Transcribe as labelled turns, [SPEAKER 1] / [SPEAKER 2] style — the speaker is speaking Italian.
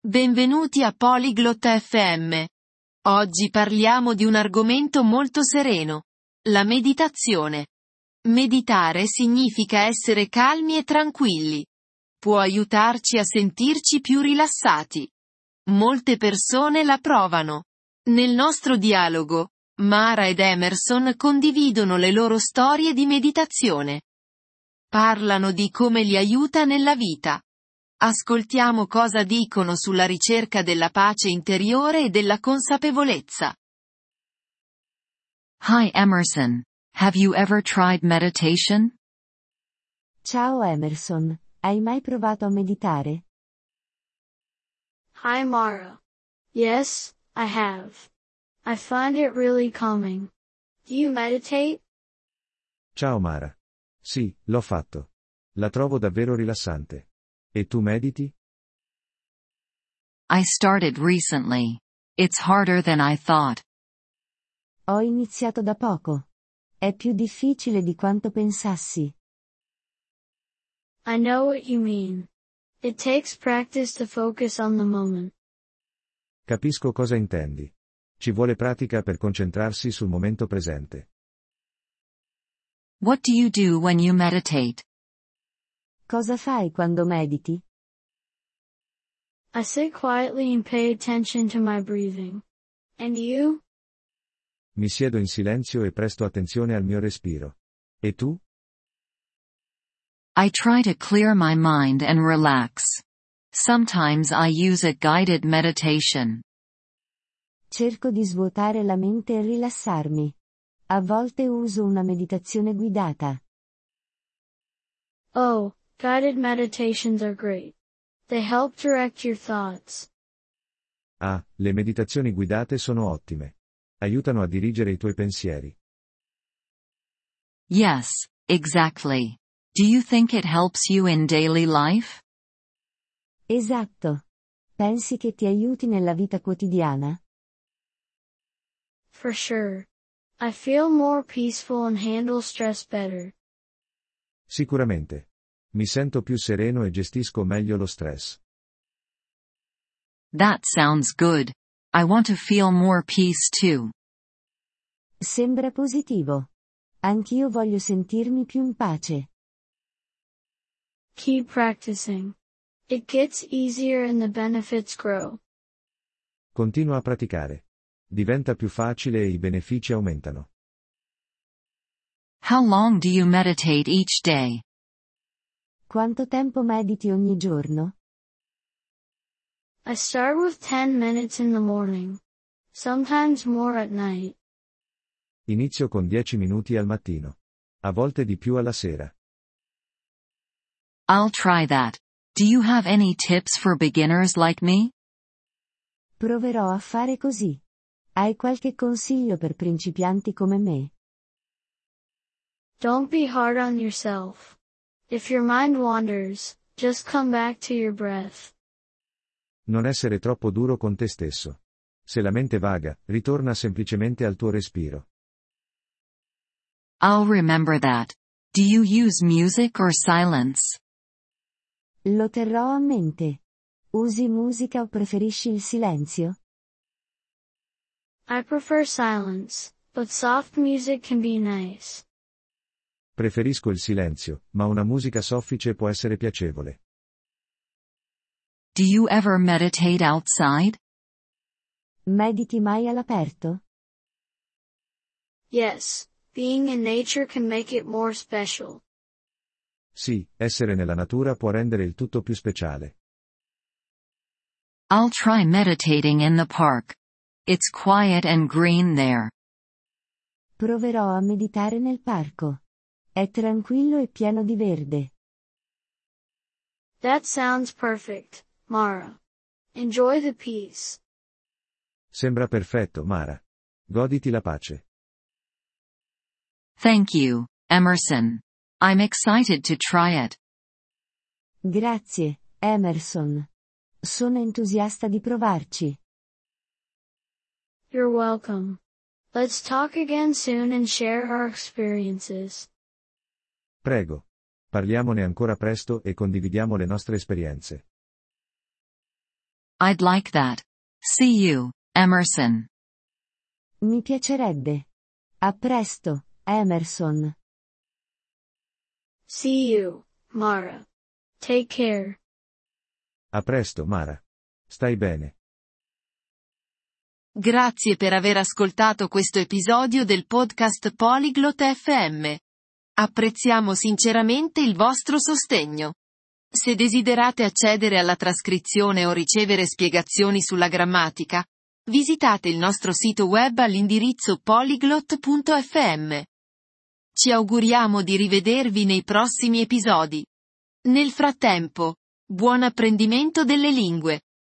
[SPEAKER 1] Benvenuti a Polyglot FM. Oggi parliamo di un argomento molto sereno. La meditazione. Meditare significa essere calmi e tranquilli. Può aiutarci a sentirci più rilassati. Molte persone la provano. Nel nostro dialogo, Mara ed Emerson condividono le loro storie di meditazione. Parlano di come li aiuta nella vita. Ascoltiamo cosa dicono sulla ricerca della pace interiore e della consapevolezza.
[SPEAKER 2] Hi Emerson. Have you ever tried meditation?
[SPEAKER 3] Ciao Emerson, hai mai provato a meditare?
[SPEAKER 4] Hi Mara. Yes, I have. I find it really calming. Do you meditate?
[SPEAKER 5] Ciao Mara. Sì, l'ho fatto. La trovo davvero rilassante. E tu mediti?
[SPEAKER 2] I started recently. It's harder than I thought.
[SPEAKER 3] Ho iniziato da poco. È più difficile di quanto pensassi.
[SPEAKER 4] I know what you mean. It takes practice to focus on the moment.
[SPEAKER 5] Capisco cosa intendi. Ci vuole pratica per concentrarsi sul momento presente.
[SPEAKER 2] What do you do when you meditate?
[SPEAKER 3] Cosa fai quando mediti?
[SPEAKER 4] I sit quietly and pay attention to my breathing. And you?
[SPEAKER 5] Mi siedo in silenzio e presto attenzione al mio respiro. E tu?
[SPEAKER 2] I try to clear my mind and relax. Sometimes I use a guided meditation.
[SPEAKER 3] Cerco di svuotare la mente e rilassarmi. A volte uso una meditazione guidata.
[SPEAKER 4] Oh, guided meditations are great. They help direct your thoughts.
[SPEAKER 5] Ah, le meditazioni guidate sono ottime. Aiutano a dirigere i tuoi pensieri.
[SPEAKER 2] Yes, exactly. Do you think it helps you in daily life?
[SPEAKER 3] Esatto. Pensi che ti aiuti nella vita quotidiana?
[SPEAKER 4] For sure. I feel more peaceful and handle stress better.
[SPEAKER 5] Sicuramente. Mi sento più sereno e gestisco meglio lo stress.
[SPEAKER 2] That sounds good. I want to feel more peace too.
[SPEAKER 3] Sembra positivo. Anch'io voglio sentirmi più in pace.
[SPEAKER 4] Keep practicing. It gets easier and the benefits grow.
[SPEAKER 5] Continua a praticare. Diventa più facile e i benefici aumentano.
[SPEAKER 2] How long do you meditate each day?
[SPEAKER 3] Quanto tempo mediti ogni giorno?
[SPEAKER 4] I start with 10 minutes in the morning. Sometimes more at night.
[SPEAKER 5] Inizio con 10 minuti al mattino. A volte di più alla sera.
[SPEAKER 2] I'll try that. Do you have any tips for beginners like me?
[SPEAKER 3] Proverò a fare così. Hai qualche consiglio per principianti come me?
[SPEAKER 4] Don't be hard on yourself. If your mind wanders, just come back to your breath.
[SPEAKER 5] Non essere troppo duro con te stesso. Se la mente vaga, ritorna semplicemente al tuo respiro.
[SPEAKER 2] I'll remember that. Do you use music or silence?
[SPEAKER 3] Lo terrò a mente. Usi musica o preferisci il silenzio?
[SPEAKER 4] I prefer silence, but soft music can be nice.
[SPEAKER 5] Preferisco il silenzio, ma una musica soffice può essere piacevole.
[SPEAKER 2] Do you ever meditate outside?
[SPEAKER 3] Mediti mai all'aperto?
[SPEAKER 4] Yes, being in nature can make it more special.
[SPEAKER 5] Sì, essere nella natura può rendere il tutto più speciale.
[SPEAKER 2] I'll try meditating in the park. It's quiet and green there.
[SPEAKER 3] Proverò a meditare nel parco. È tranquillo e pieno di verde.
[SPEAKER 4] That sounds perfect, Mara. Enjoy the peace.
[SPEAKER 5] Sembra perfetto, Mara. Goditi la pace.
[SPEAKER 2] Thank you, Emerson. I'm excited to try it.
[SPEAKER 3] Grazie, Emerson. Sono entusiasta di provarci.
[SPEAKER 4] You're welcome. Let's talk again soon and share our experiences.
[SPEAKER 5] Prego. Parliamone ancora presto e condividiamo le nostre esperienze.
[SPEAKER 2] I'd like that. See you, Emerson.
[SPEAKER 3] Mi piacerebbe. A presto, Emerson.
[SPEAKER 4] See you, Mara. Take care.
[SPEAKER 5] A presto, Mara. Stai bene.
[SPEAKER 1] Grazie per aver ascoltato questo episodio del podcast Polyglot FM. Apprezziamo sinceramente il vostro sostegno. Se desiderate accedere alla trascrizione o ricevere spiegazioni sulla grammatica, visitate il nostro sito web all'indirizzo polyglot.fm. Ci auguriamo di rivedervi nei prossimi episodi. Nel frattempo, buon apprendimento delle lingue.